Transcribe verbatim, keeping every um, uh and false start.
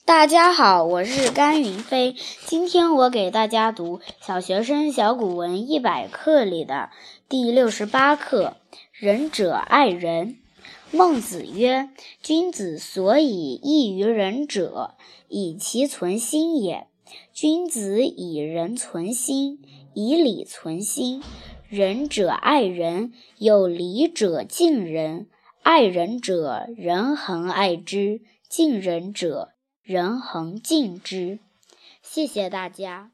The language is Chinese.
大家好，我是甘云飞。今天我给大家读小学生小古文一百课里的第六十八课，仁者爱人。孟子曰：君子所以异于仁者，以其存心也。君子以仁存心，以礼存心。仁者爱人，有礼者敬人。爱人者，人恒爱之；敬人者，人恒敬之。谢谢大家。